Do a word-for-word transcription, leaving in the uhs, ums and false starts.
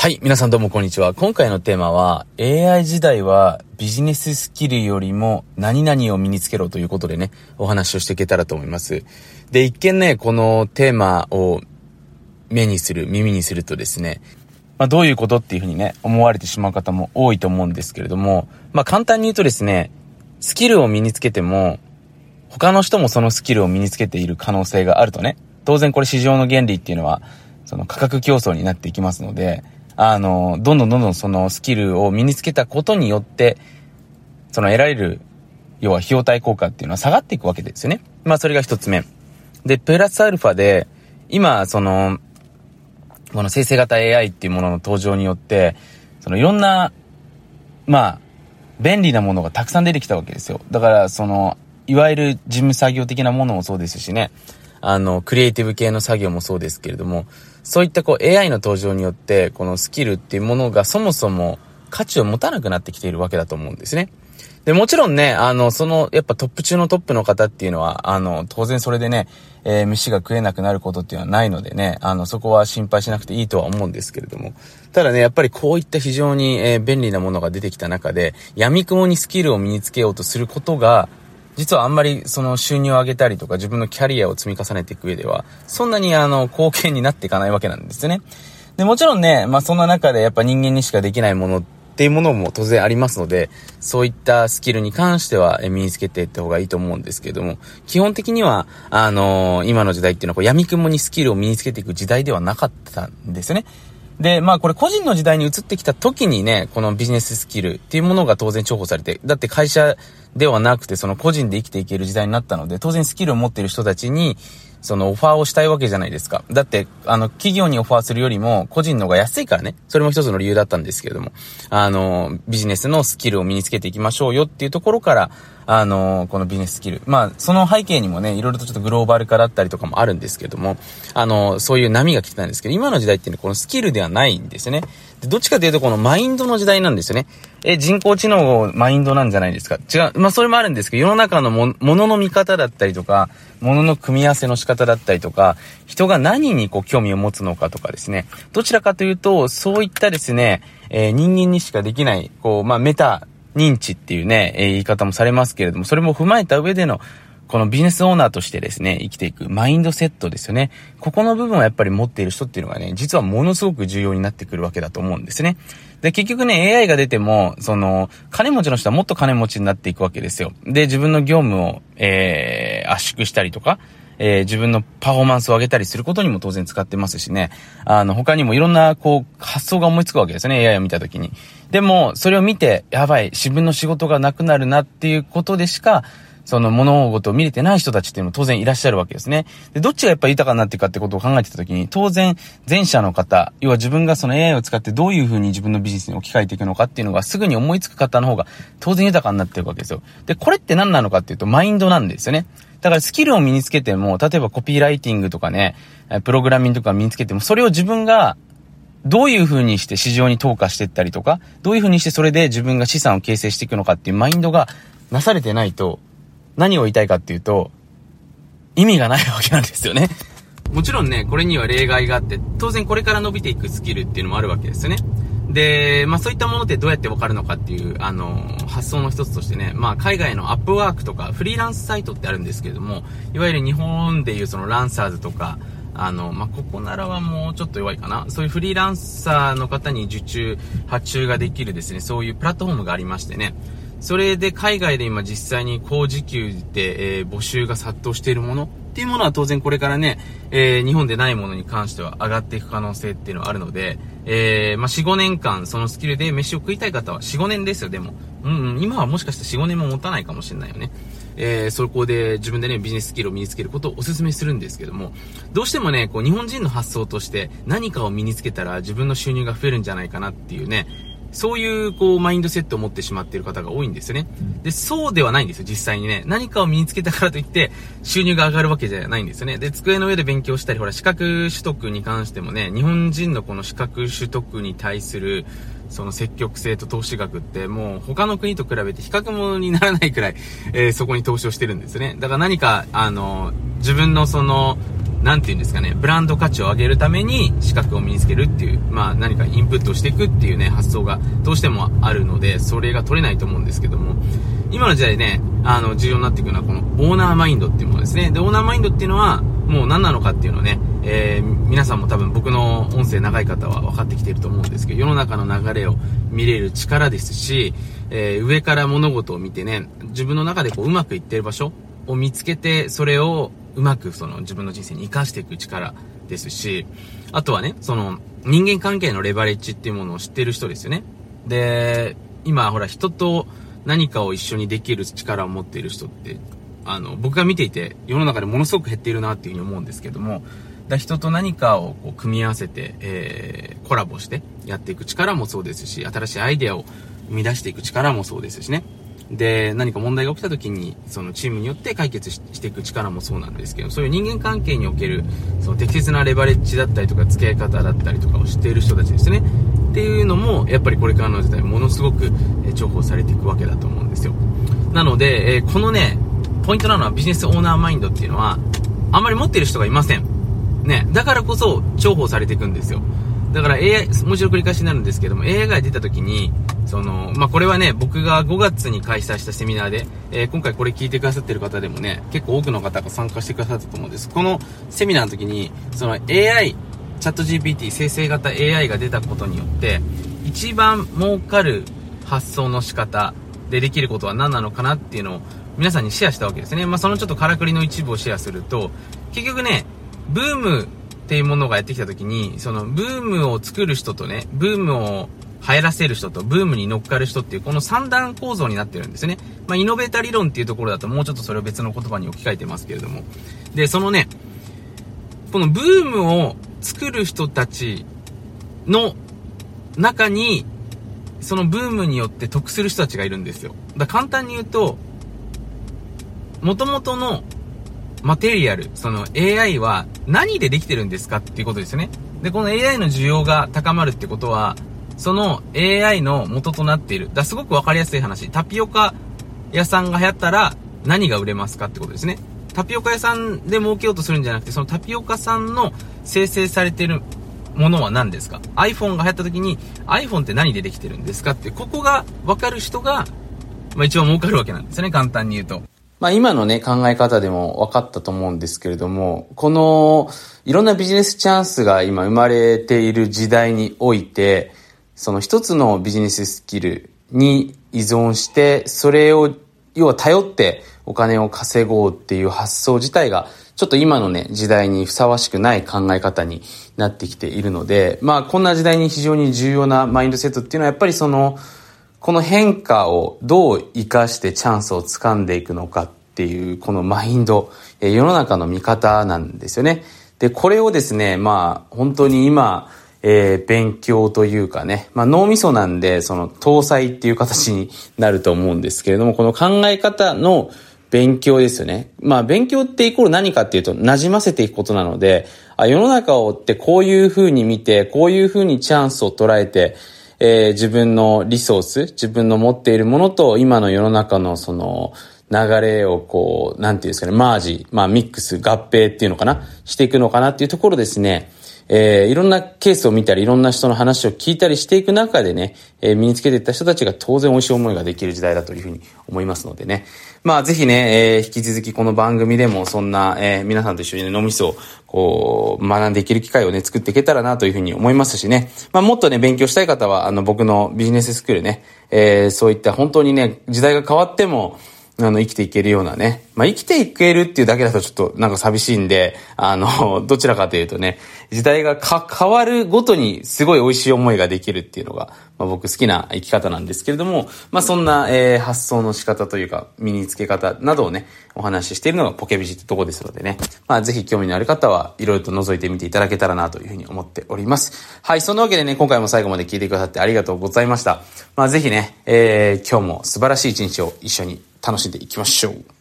はい、皆さんどうもこんにちは。今回のテーマは エーアイ 時代はビジネススキルよりも何々を身につけろということでね、お話をしていけたらと思います。で、一見ね、このテーマを目にする、耳にするとですね、まあどういうことっていうふうにね、思われてしまう方も多いと思うんですけれども、まあ簡単に言うとですね、スキルを身につけても他の人もそのスキルを身につけている可能性があるとね、当然これ市場の原理っていうのはその価格競争になっていきますので、あの、どんどんどんどんそのスキルを身につけたことによって、その得られる、要は費用対効果っていうのは下がっていくわけですよね。まあそれが一つ目。で、プラスアルファで、今、その、この生成型 エーアイ っていうものの登場によって、そのいろんな、まあ、便利なものがたくさん出てきたわけですよ。だから、その、いわゆる事務作業的なものもそうですしね、あの、クリエイティブ系の作業もそうですけれども、そういったこう エーアイ の登場によって、このスキルっていうものがそもそも価値を持たなくなってきているわけだと思うんですね。で、もちろんね、あの、その、やっぱトップ中のトップの方っていうのは、あの、当然それでね、えー、飯が食えなくなることっていうのはないのでね、あの、そこは心配しなくていいとは思うんですけれども、ただね、やっぱりこういった非常に、えー、便利なものが出てきた中で、闇雲にスキルを身につけようとすることが、実はあんまりその収入を上げたりとか自分のキャリアを積み重ねていく上ではそんなにあの貢献になっていかないわけなんですよね。で、もちろんね、まあそんな中でやっぱ人間にしかできないものっていうものも当然ありますので、そういったスキルに関しては身につけていった方がいいと思うんですけれども、基本的にはあのー、今の時代っていうのはこう闇雲にスキルを身につけていく時代ではなかったんですよね。で、まあこれ個人の時代に移ってきた時にね、このビジネススキルっていうものが当然重宝されて、だって会社ではなくてその個人で生きていける時代になったので、当然スキルを持っている人たちにそのオファーをしたいわけじゃないですか。だってあの企業にオファーするよりも個人の方が安いからね、それも一つの理由だったんですけれども、あのビジネスのスキルを身につけていきましょうよっていうところからあのこのビジネススキル、まあその背景にもね、いろいろとちょっとグローバル化だったりとかもあるんですけども、あのそういう波が来てたんですけど、今の時代っていうのはこのスキルではないんですよね。で、どっちかというとこのマインドの時代なんですよね。え、人工知能マインドなんじゃないですか。違う。まあそれもあるんですけど、世の中のものの見方だったりとか、ものの組み合わせの仕方だったりとか、人が何にこう興味を持つのかとかですね。どちらかというと、そういったですね、えー、人間にしかできない、こう、まあメタ認知っていうね、えー、言い方もされますけれども、それも踏まえた上でのこのビジネスオーナーとしてですね、生きていくマインドセットですよね。ここの部分はやっぱり持っている人っていうのがね、実はものすごく重要になってくるわけだと思うんですね。で、結局ね、エーアイ が出ても、その、金持ちの人はもっと金持ちになっていくわけですよ。で、自分の業務を、えー、圧縮したりとか、えー、自分のパフォーマンスを上げたりすることにも当然使ってますしね。あの、他にもいろんな、こう、発想が思いつくわけですね、エーアイ を見たときに。でも、それを見て、やばい、自分の仕事がなくなるなっていうことでしか、その物事を見れてない人たちっていうのも当然いらっしゃるわけですね。で、どっちがやっぱり豊かになっていくかってことを考えてたときに、当然前者の方、要は自分がその エーアイ を使ってどういう風に自分のビジネスに置き換えていくのかっていうのがすぐに思いつく方の方が当然豊かになっていくわけですよ。で、これって何なのかっていうとマインドなんですよね。だからスキルを身につけても、例えばコピーライティングとかね、プログラミングとか身につけても、それを自分がどういう風にして市場に投下していったりとか、どういう風にしてそれで自分が資産を形成していくのかっていうマインドがなされてないと、何を言いたいかっていうと、意味がないわけなんですよね。もちろんね、これには例外があって、当然これから伸びていくスキルっていうのもあるわけですよね。で、まあそういったものってどうやってわかるのかっていう、あの、発想の一つとしてね、まあ海外のアップワークとかフリーランスサイトってあるんですけれども、いわゆる日本でいうそのランサーズとか、あの、まあ、ここならはもうちょっと弱いかな。そういうフリーランサーの方に受注、発注ができるですね、そういうプラットフォームがありましてね。それで海外で今実際に高時給で、えー、募集が殺到しているものっていうものは当然これからね、えー、日本でないものに関しては上がっていく可能性っていうのはあるので、えー、まあ、よん、ごねんかんそのスキルで飯を食いたい方はよん、ごねんですよ、でも。うん、うん、今はもしかしてよん、ごねんも持たないかもしれないよね。えー、そこで自分でね、ビジネススキルを身につけることをお勧めするんですけども、どうしてもね、こう日本人の発想として何かを身につけたら自分の収入が増えるんじゃないかなっていうね、そういうこうマインドセットを持ってしまっている方が多いんですよね。で、そうではないんですよ、実際にね。何かを身につけたからといって収入が上がるわけじゃないんですよね。で、机の上で勉強したり、ほら資格取得に関してもね、日本人のこの資格取得に対するその積極性と投資額ってもう他の国と比べて比較もにならないくらい、えー、そこに投資をしてるんですよね。だから何かあの自分のそのなんていうんですかね、ブランド価値を上げるために資格を身につけるっていう、まあ何かインプットをしていくっていうね、発想がどうしてもあるので、それが取れないと思うんですけども、今の時代ね、あの、重要になっていくのはこのオーナーマインドっていうものですね。で、オーナーマインドっていうのは、もう何なのかっていうのをね、えー、皆さんも多分僕の音声長い方は分かってきていると思うんですけど、世の中の流れを見れる力ですし、えー、上から物事を見てね、自分の中でこううまくいってる場所を見つけて、それをうまくその自分の人生に活かしていく力ですし、あとはね、その人間関係のレバレッジっていうものを知っている人ですよね。で、今ほら人と何かを一緒にできる力を持っている人って、あの、僕が見ていて世の中でものすごく減っているなっていうふうに思うんですけども、だ人と何かをこう組み合わせて、えー、コラボしてやっていく力もそうですし、新しいアイデアを生み出していく力もそうですしね。で、何か問題が起きた時に、そのチームによって解決 し, していく力もそうなんですけど、そういう人間関係における、その適切なレバレッジだったりとか、付き合い方だったりとかを知っている人たちですね。っていうのも、やっぱりこれからの時代、ものすごく重宝されていくわけだと思うんですよ。なので、えー、このね、ポイントなのはビジネスオーナーマインドっていうのは、あんまり持っている人がいません。ね。だからこそ、重宝されていくんですよ。だから エーアイ、もう一度繰り返しになるんですけども、エーアイ が出た時に、その、まあ、これはね、僕がごがつに開催したセミナーで、えー、今回これ聞いてくださってる方でもね、結構多くの方が参加してくださったと思うんです。このセミナーの時に、その エーアイ、チャット ジーピーティー 生成型 エーアイ が出たことによって、一番儲かる発想の仕方でできることは何なのかなっていうのを皆さんにシェアしたわけですね。まあ、そのちょっとからくりの一部をシェアすると、結局ね、ブームっていうものがやってきた時に、そのブームを作る人とね、ブームを流行らせる人とブームに乗っかる人っていうこの三段構造になってるんですね。まあ、イノベーター理論っていうところだともうちょっとそれを別の言葉に置き換えてますけれども。で、そのね、このブームを作る人たちの中に、そのブームによって得する人たちがいるんですよ。だから簡単に言うと、元々のマテリアル、その エーアイ は何でできてるんですかっていうことですよね。で、この エーアイ の需要が高まるってことは、その エーアイ の元となっている。だすごくわかりやすい話。タピオカ屋さんが流行ったら何が売れますかってことですね。タピオカ屋さんで儲けようとするんじゃなくて、そのタピオカさんの生成されているものは何ですか？ iPhone が流行った時に iPhone って何でできてるんですかって、ここがわかる人が、まあ一番儲かるわけなんですね。簡単に言うと。まあ今のね、考え方でも分かったと思うんですけれども、このいろんなビジネスチャンスが今生まれている時代において、その一つのビジネススキルに依存して、それを要は頼ってお金を稼ごうっていう発想自体がちょっと今のね、時代にふさわしくない考え方になってきているので、まあこんな時代に非常に重要なマインドセットっていうのはやっぱりそのこの変化をどう活かしてチャンスを掴んでいくのかっていうこのマインド、世の中の見方なんですよね。で、これをですね、まあ本当に今、えー、勉強というかね、まあ脳みそなんでその搭載っていう形になると思うんですけれども、この考え方の勉強ですよね。まあ勉強ってイコール何かっていうと馴染ませていくことなので、あ、世の中をってこういう風に見て、こういう風にチャンスを捉えて、えー、自分のリソース、自分の持っているものと今の世の中のその流れをこう、なんていうんですかね、マージ、まあミックス、合併っていうのかな、していくのかなっていうところですね。えー、いろんなケースを見たり、いろんな人の話を聞いたりしていく中でね、えー、身につけていった人たちが当然美味しい思いができる時代だというふうに思いますのでね。まあぜひね、えー、引き続きこの番組でもそんな、えー、皆さんと一緒にね、脳みそをこう、学んでいける機会をね、作っていけたらなというふうに思いますしね。まあもっとね、勉強したい方は、あの僕のビジネススクールね、えー、そういった本当にね、時代が変わっても、あの、生きていけるようなね。まあ、生きていけるっていうだけだとちょっとなんか寂しいんで、あの、どちらかというとね、時代がか変わるごとにすごい美味しい思いができるっていうのが、まあ、僕好きな生き方なんですけれども、まあ、そんな、えー、発想の仕方というか、身につけ方などをね、お話ししているのがポケビジってとこですのでね。まあ、ぜひ興味のある方はいろいろと覗いてみていただけたらなというふうに思っております。はい、そんなわけでね、今回も最後まで聞いてくださってありがとうございました。まあ、ぜひね、えー、今日も素晴らしい一日を一緒に楽しんでいきましょう。